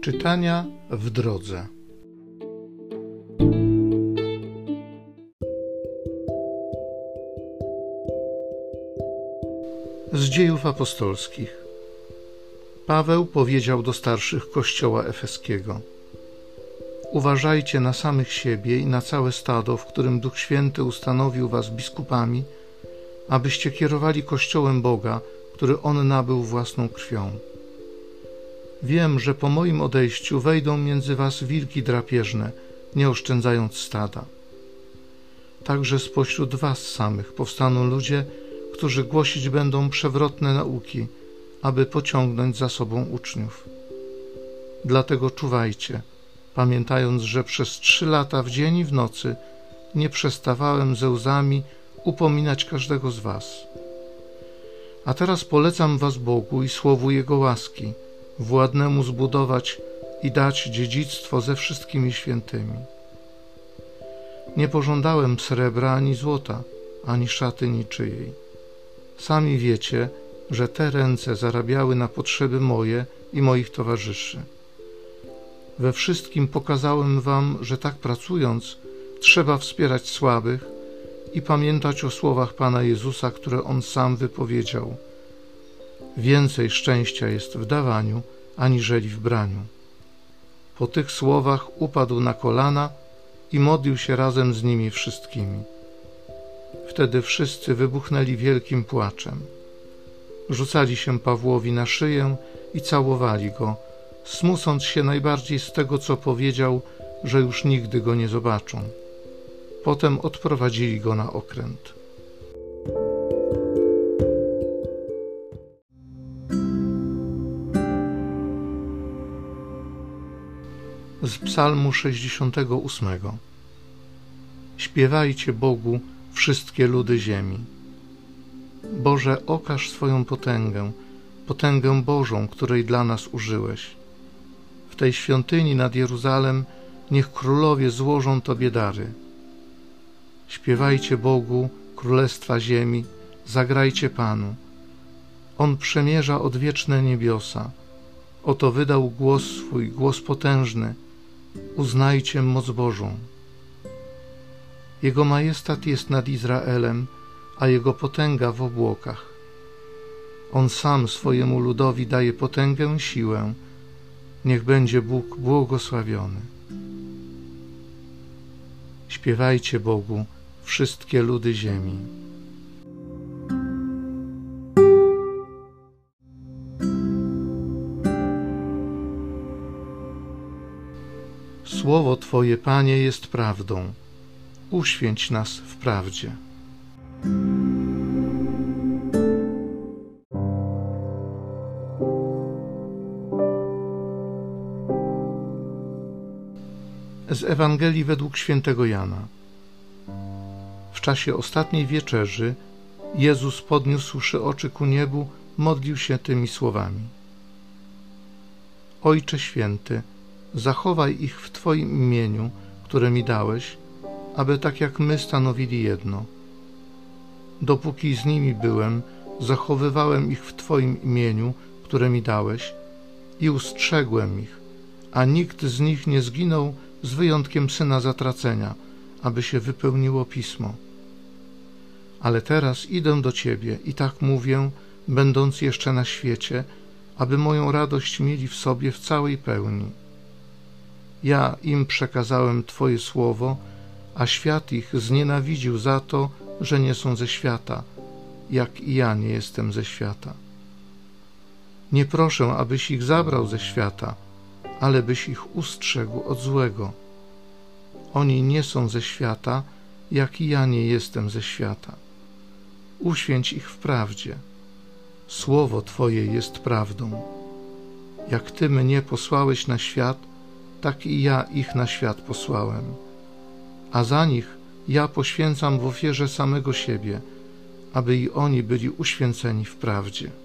Czytania w drodze. Z Dziejów Apostolskich. Paweł powiedział do starszych Kościoła Efeskiego: uważajcie na samych siebie i na całe stado, w którym Duch Święty ustanowił was biskupami, abyście kierowali Kościołem Boga, który On nabył własną krwią. Wiem, że po moim odejściu wejdą między was wilki drapieżne, nie oszczędzając stada. Także spośród was samych powstaną ludzie, którzy głosić będą przewrotne nauki, aby pociągnąć za sobą uczniów. Dlatego czuwajcie, pamiętając, że przez 3 lata w dzień i w nocy nie przestawałem ze łzami upominać każdego z was. A teraz polecam was Bogu i słowu Jego łaski, władnemu zbudować i dać dziedzictwo ze wszystkimi świętymi. Nie pożądałem srebra ani złota, ani szaty niczyjej. Sami wiecie, że te ręce zarabiały na potrzeby moje i moich towarzyszy. We wszystkim pokazałem wam, że tak pracując trzeba wspierać słabych i pamiętać o słowach Pana Jezusa, które On sam wypowiedział: więcej szczęścia jest w dawaniu, aniżeli w braniu. Po tych słowach upadł na kolana i modlił się razem z nimi wszystkimi. Wtedy wszyscy wybuchnęli wielkim płaczem. Rzucali się Pawłowi na szyję i całowali go, smucąc się najbardziej z tego, co powiedział, że już nigdy go nie zobaczą. Potem odprowadzili go na okręt. Z Psalmu 68. Śpiewajcie Bogu, wszystkie ludy ziemi. Boże, okaż swoją potęgę, potęgę Bożą, której dla nas użyłeś. W tej świątyni nad Jeruzalem niech królowie złożą Tobie dary. Śpiewajcie Bogu, królestwa ziemi, zagrajcie Panu. On przemierza odwieczne niebiosa. Oto wydał głos swój, głos potężny. Uznajcie moc Bożą. Jego majestat jest nad Izraelem, a Jego potęga w obłokach. On sam swojemu ludowi daje potęgę i siłę. Niech będzie Bóg błogosławiony. Śpiewajcie Bogu, wszystkie ludy ziemi. Słowo Twoje, Panie, jest prawdą. Uświęć nas w prawdzie. Z Ewangelii według świętego Jana. W czasie ostatniej wieczerzy Jezus, podniósłszy oczy ku niebu, modlił się tymi słowami: Ojcze Święty, zachowaj ich w Twoim imieniu, które mi dałeś, aby tak jak my stanowili jedno. Dopóki z nimi byłem, zachowywałem ich w Twoim imieniu, które mi dałeś, i ustrzegłem ich, a nikt z nich nie zginął z wyjątkiem syna zatracenia, aby się wypełniło Pismo. Ale teraz idę do Ciebie i tak mówię, będąc jeszcze na świecie, aby moją radość mieli w sobie w całej pełni. Ja im przekazałem Twoje słowo, a świat ich znienawidził za to, że nie są ze świata, jak i ja nie jestem ze świata. Nie proszę, abyś ich zabrał ze świata, ale byś ich ustrzegł od złego. Oni nie są ze świata, jak i ja nie jestem ze świata. Uświęć ich w prawdzie. Słowo Twoje jest prawdą. Jak Ty mnie posłałeś na świat, tak i ja ich na świat posłałem. A za nich ja poświęcam w ofierze samego siebie, aby i oni byli uświęceni w prawdzie.